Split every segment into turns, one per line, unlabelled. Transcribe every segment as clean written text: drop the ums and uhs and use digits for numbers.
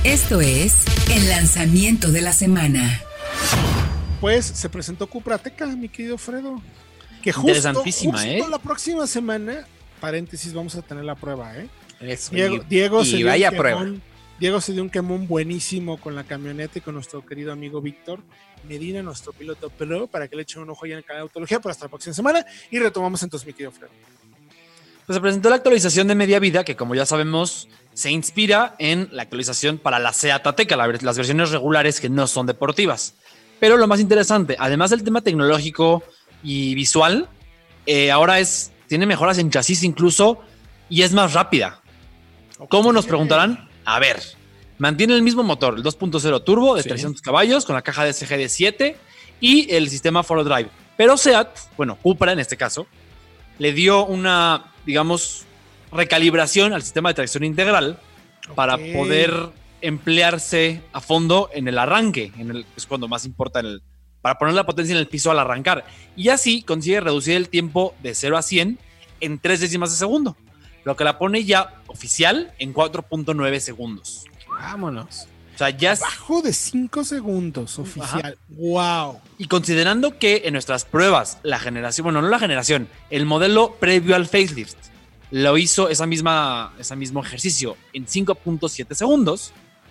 Esto es el lanzamiento de la semana.
Pues se presentó Cupra Ateca, mi querido Fredo. Que
Interesantísima,
justo la próxima semana, paréntesis, vamos a tener la prueba, ¿eh?
Eso,
Diego
y vaya prueba.
Diego se dio un quemón buenísimo con la camioneta y con nuestro querido amigo Víctor Medina, nuestro piloto pro, para que le echen un ojo allá en el canal de Autología, pero hasta la próxima semana y retomamos entonces, mi querido Fredo.
Pues se presentó la actualización de media vida, que como ya sabemos, se inspira en la actualización para la Seat Ateca, las versiones regulares que no son deportivas. Pero lo más interesante, además del tema tecnológico y visual, ahora tiene mejoras en chasis incluso y es más rápida. Okay. ¿Cómo nos preguntarán? A ver, mantiene el mismo motor, el 2.0 turbo de 300 caballos con la caja DSG de 7 y el sistema 4Drive. Pero Seat, Cupra en este caso, le dio una, digamos, recalibración al sistema de tracción integral para poder emplearse a fondo en el arranque, es cuando más importa, para poner la potencia en el piso al arrancar. Y así consigue reducir el tiempo de 0 a 100 en 3 décimas de segundo, lo que la pone ya oficial en 4.9 segundos.
Vámonos.
O sea, ya
bajo de 5 segundos oficial. Ajá. ¡Wow!
Y considerando que en nuestras pruebas, el modelo previo al facelift lo hizo ese mismo ejercicio en 5.7 segundos,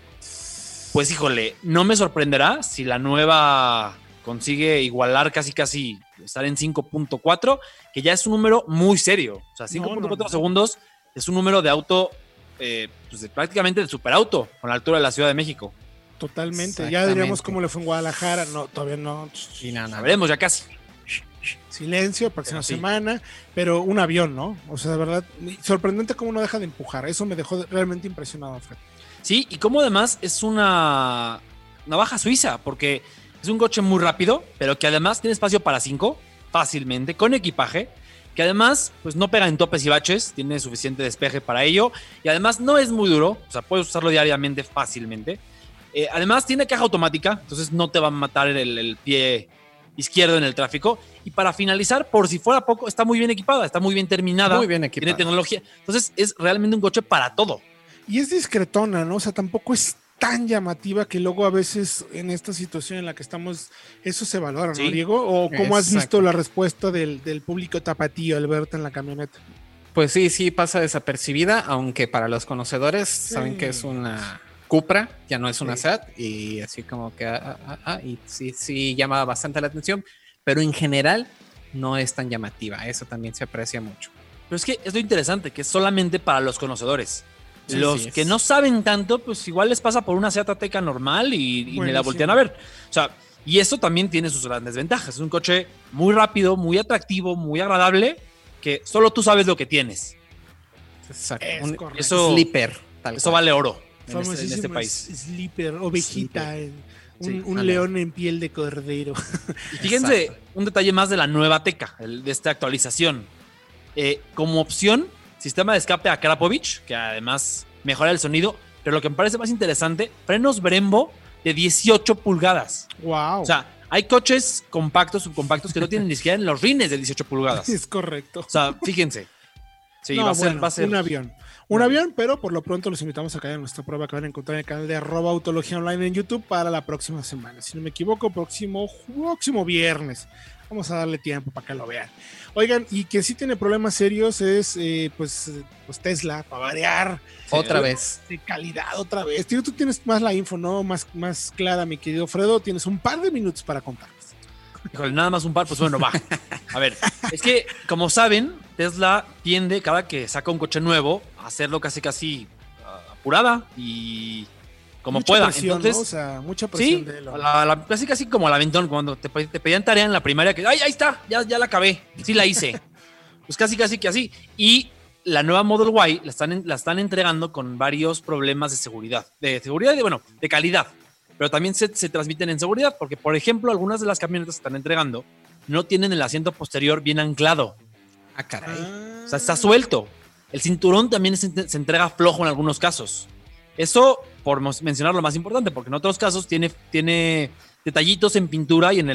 pues híjole, no me sorprenderá si la nueva consigue igualar casi estar en 5.4, que ya es un número muy serio. O sea, 5.4 segundos es un número de auto, prácticamente de superauto, con la altura de la Ciudad de México.
Totalmente. Ya diríamos cómo le fue en Guadalajara. No, todavía no.
Sí, nada. Veremos ya casi.
Silencio, próxima semana, pero un avión, ¿no? O sea, de verdad, sorprendente cómo no deja de empujar. Eso me dejó realmente impresionado, Fred.
Sí, y como además es una navaja suiza, porque es un coche muy rápido, pero que además tiene espacio para 5 fácilmente, con equipaje, que además pues no pega en topes y baches, tiene suficiente despeje para ello, y además no es muy duro, o sea, puedes usarlo diariamente fácilmente. Además tiene caja automática, entonces no te va a matar el pie izquierdo en el tráfico. Y para finalizar, por si fuera poco, está muy bien equipada, está muy bien terminada,
muy bien equipada,
tiene tecnología, entonces es realmente un coche para todo.
Y es discretona, ¿no? O sea, tampoco es tan llamativa que luego a veces en esta situación en la que estamos, eso se valora, ¿no, Diego? ¿O cómo has visto la respuesta del público tapatío al verte en la camioneta?
Pues sí pasa desapercibida, aunque para los conocedores saben que es una Cupra, ya no es una Seat, y así como que y sí llama bastante la atención, pero en general no es tan llamativa, eso también se aprecia mucho.
Pero es que es lo interesante, que es solamente para los conocedores. Los que no saben tanto, pues igual les pasa por una Seat Ateca normal y me la voltean a ver. O sea, y eso también tiene sus grandes ventajas. Es un coche muy rápido, muy atractivo, muy agradable, que solo tú sabes lo que tienes.
Exacto.
Eso,
sleeper.
Eso vale oro
en este país. Sleeper, ovejita, un león en piel de cordero.
Y fíjense, un detalle más de la nueva Ateca, de esta actualización. Como opción, sistema de escape a Krapovic, que además mejora el sonido, pero lo que me parece más interesante, frenos Brembo de 18 pulgadas.
¡Wow!
O sea, hay coches compactos, subcompactos que no tienen ni siquiera en los rines de 18 pulgadas.
Es correcto.
O sea, fíjense. Sí, va a ser
un avión. Un avión, pero por lo pronto los invitamos a que hagan nuestra prueba que van a encontrar en el canal de @Autología Online en YouTube para la próxima semana. Si no me equivoco, próximo viernes. Vamos a darle tiempo para que lo vean. Oigan, y que sí tiene problemas serios es pues Tesla, para variar.
Otra vez.
De calidad, otra vez. Tú tienes más la info, ¿no? Más clara, mi querido Fredo. Tienes un par de minutos para contarles.
Híjole, nada más un par, pues bueno, va. A ver, es que, como saben, Tesla tiende, cada que saca un coche nuevo, a hacerlo casi apurada y como
mucha
pueda.
Presión,
entonces,
¿no? O sea, mucha presión
sí,
de él.
casi como al aventón, cuando te pedían tarea en la primaria, que ¡ay, ahí está! Ya la acabé, sí la hice. Pues casi que así. Y la nueva Model Y la están entregando con varios problemas de seguridad y de calidad. Pero también se transmiten en seguridad, porque, por ejemplo, algunas de las camionetas que están entregando no tienen el asiento posterior bien anclado.
Ah, caray.
O sea, está suelto. El cinturón también se entrega flojo en algunos casos. Eso, por mencionar lo más importante, porque en otros casos tiene detallitos en pintura y en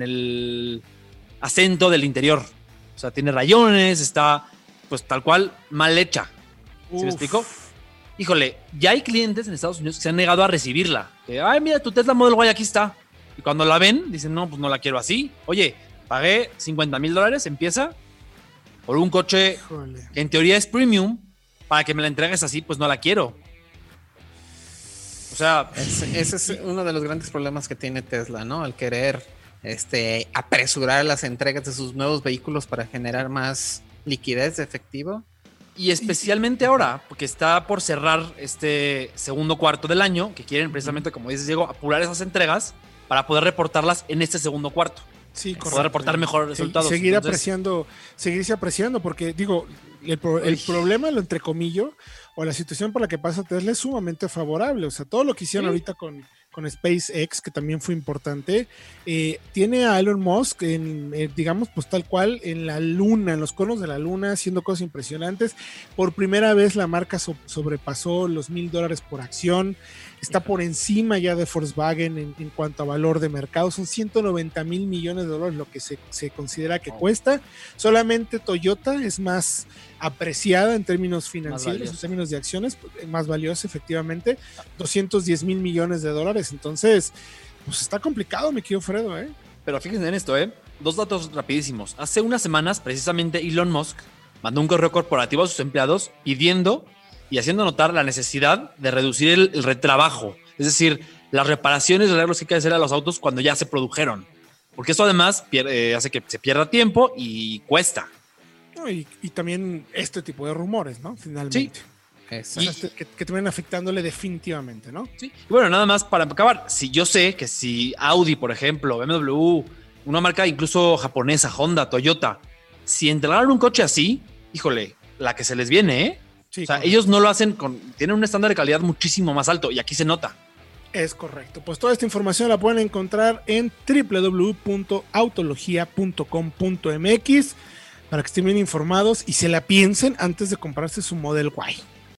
el acento del interior. O sea, tiene rayones, está, pues, tal cual, mal hecha. ¿Sí me explico? híjole, ya hay clientes en Estados Unidos que se han negado a recibirla. Que, ay, mira, tu Tesla Model Y aquí está. Y cuando la ven, dicen, no, pues no la quiero así. Oye, pagué $50,000, empieza, por un coche
Híjole.
que en teoría es premium, para que me la entregues así, pues no la quiero. O sea,
Ese es uno de los grandes problemas que tiene Tesla, ¿no? Al querer apresurar las entregas de sus nuevos vehículos para generar más liquidez de efectivo.
y especialmente ahora, porque está por cerrar este segundo cuarto del año, que quieren precisamente, como dices, Diego, apurar esas entregas para poder reportarlas en este segundo cuarto.
Sí,
Para poder reportar mejores resultados.
Seguir
Entonces,
apreciando, seguirse apreciando, porque digo, el problema, lo entrecomillo, o la situación por la que pasa Tesla es sumamente favorable. O sea, todo lo que hicieron ahorita con SpaceX, que también fue importante, tiene a Elon Musk digamos, pues tal cual en la luna, en los conos de la luna, haciendo cosas impresionantes. Por primera vez la marca sobrepasó los $1,000 por acción. Está por encima ya de Volkswagen en cuanto a valor de mercado. Son $190 mil millones lo que se considera que cuesta. Solamente Toyota es más apreciada en términos financieros, en términos de acciones, más valiosa efectivamente, $210 mil millones. Entonces, pues está complicado, mi querido Fredo, ¿eh?
Pero fíjense en esto, dos datos rapidísimos. Hace unas semanas, precisamente, Elon Musk mandó un correo corporativo a sus empleados pidiendo y haciendo notar la necesidad de reducir el retrabajo, es decir, las reparaciones y arreglos que hay que hacer a los autos cuando ya se produjeron, porque eso además hace que se pierda tiempo y cuesta.
No, y también este tipo de rumores, ¿no? Finalmente.
Sí.
Que terminan afectándole definitivamente, ¿no?
Sí. Y bueno, nada más para acabar, si yo sé que si Audi, por ejemplo, BMW, una marca incluso japonesa, Honda, Toyota, si entregaran un coche así, híjole, la que se les viene, ¿eh?
Sí,
o sea,
correcto.
ellos no lo hacen tienen un estándar de calidad muchísimo más alto y aquí se nota.
Es correcto. Pues toda esta información la pueden encontrar en www.autologia.com.mx para que estén bien informados y se la piensen antes de comprarse su Model Y.